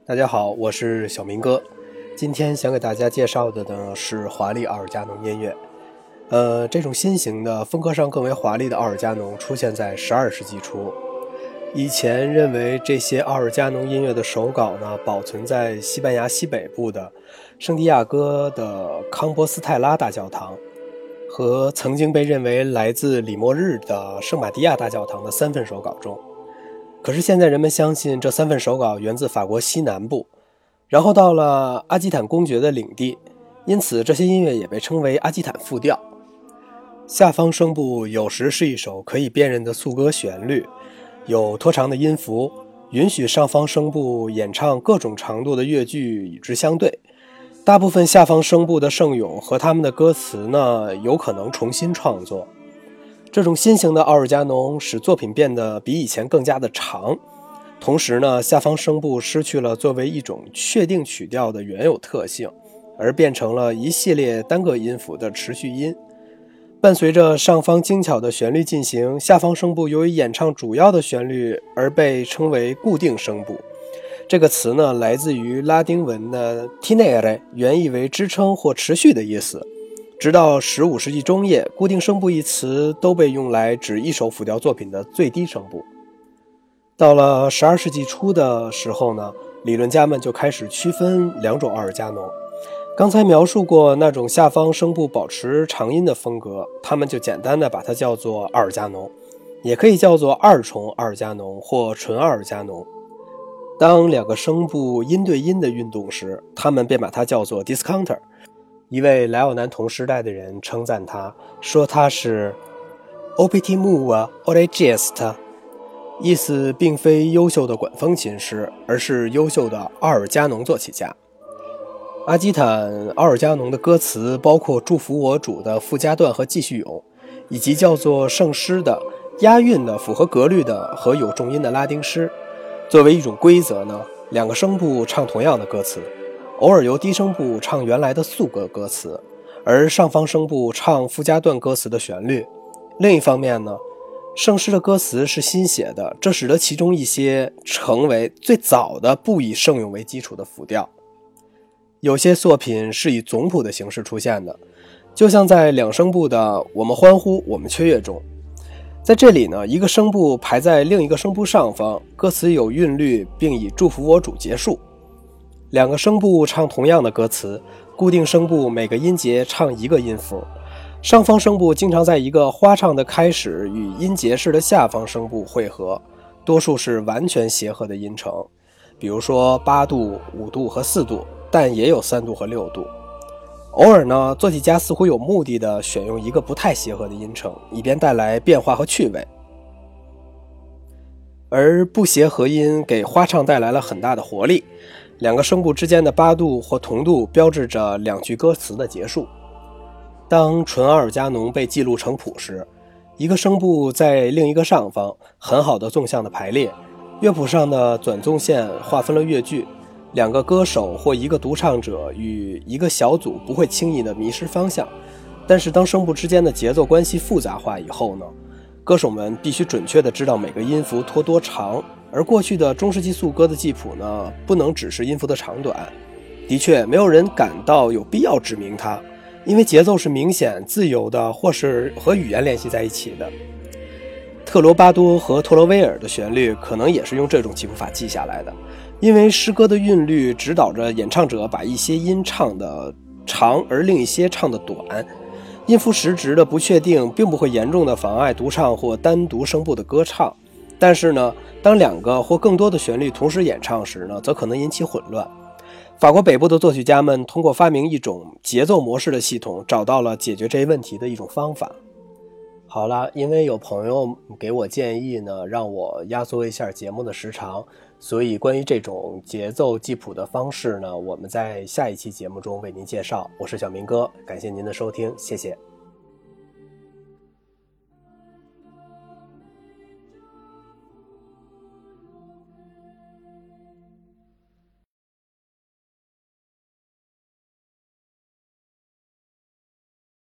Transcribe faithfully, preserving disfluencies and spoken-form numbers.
大家好，我是小明哥。今天想给大家介绍的呢是华丽奥尔加农音乐。呃，这种新型的风格上更为华丽的奥尔加农出现在十二世纪初。以前认为这些奥尔加农音乐的手稿呢保存在西班牙西北部的圣地亚哥的康波斯泰拉大教堂和曾经被认为来自里莫日的圣马蒂亚大教堂的三份手稿中。可是现在人们相信这三份手稿源自法国西南部，然后到了阿基坦公爵的领地，因此这些音乐也被称为阿基坦复调。下方声部有时是一首可以辨认的速歌旋律，有拖长的音符，允许上方声部演唱各种长度的乐句与之相对。大部分下方声部的圣咏和他们的歌词呢，有可能重新创作。这种新型的奥尔加农使作品变得比以前更加的长，同时呢，下方声部失去了作为一种确定曲调的原有特性，而变成了一系列单个音符的持续音。伴随着上方精巧的旋律进行，下方声部由于演唱主要的旋律而被称为固定声部。这个词呢，来自于拉丁文的 tenere， 原意为支撑或持续的意思。直到十五世纪中叶，固定声部一词都被用来指一首复调作品的最低声部。到了十二世纪初的时候呢，理论家们就开始区分两种奥尔加农。刚才描述过那种下方声部保持长音的风格，他们就简单的把它叫做奥尔加农，也可以叫做二重奥尔加农或纯奥尔加农。当两个声部音对音的运动时，他们便把它叫做 discounter。一位莱奥南同时代的人称赞他，说他是 opetimua oregista， 意思并非优秀的管风琴师，而是优秀的奥尔加农作曲家。阿基坦奥尔加农的歌词包括祝福我主的附加段和继续咏，以及叫做圣诗的押韵的符合格律的和有重音的拉丁诗。作为一种规则呢，两个声部唱同样的歌词，偶尔由低声部唱原来的速歌歌词，而上方声部唱附加段歌词的旋律。另一方面呢，圣诗的歌词是新写的，这使得其中一些成为最早的不以圣咏为基础的辅调。有些作品是以总谱的形式出现的，就像在两声部的我们欢呼我们雀跃中，在这里呢，一个声部排在另一个声部上方，歌词有韵律，并以祝福我主结束。两个声部唱同样的歌词，固定声部每个音节唱一个音符，上方声部经常在一个花唱的开始与音节式的下方声部汇合，多数是完全协和的音程，比如说八度、五度和四度，但也有三度和六度。偶尔呢，作曲家似乎有目的地选用一个不太协和的音程，以便带来变化和趣味。而不协和音给花唱带来了很大的活力，两个声部之间的八度或同度标志着两句歌词的结束。当纯奥尔加农被记录成谱时，一个声部在另一个上方，很好的纵向的排列，乐谱上的转纵线划分了乐句，两个歌手或一个独唱者与一个小组不会轻易的迷失方向。但是当声部之间的节奏关系复杂化以后呢，歌手们必须准确地知道每个音符拖多长，而过去的中世纪速歌的记谱呢，不能只是音符的长短。的确，没有人感到有必要指明它，因为节奏是明显、自由的，或是和语言联系在一起的。特罗巴多和托罗威尔的旋律可能也是用这种记谱法记下来的，因为诗歌的韵律指导着演唱者把一些音唱得长，而另一些唱得短。音符时值的不确定并不会严重的妨碍独唱或单独声部的歌唱，但是呢，当两个或更多的旋律同时演唱时呢，则可能引起混乱。法国北部的作曲家们通过发明一种节奏模式的系统，找到了解决这一问题的一种方法。好了，因为有朋友给我建议呢，让我压缩一下节目的时长，所以关于这种节奏记谱的方式呢，我们在下一期节目中为您介绍。我是小明哥，感谢您的收听，谢谢。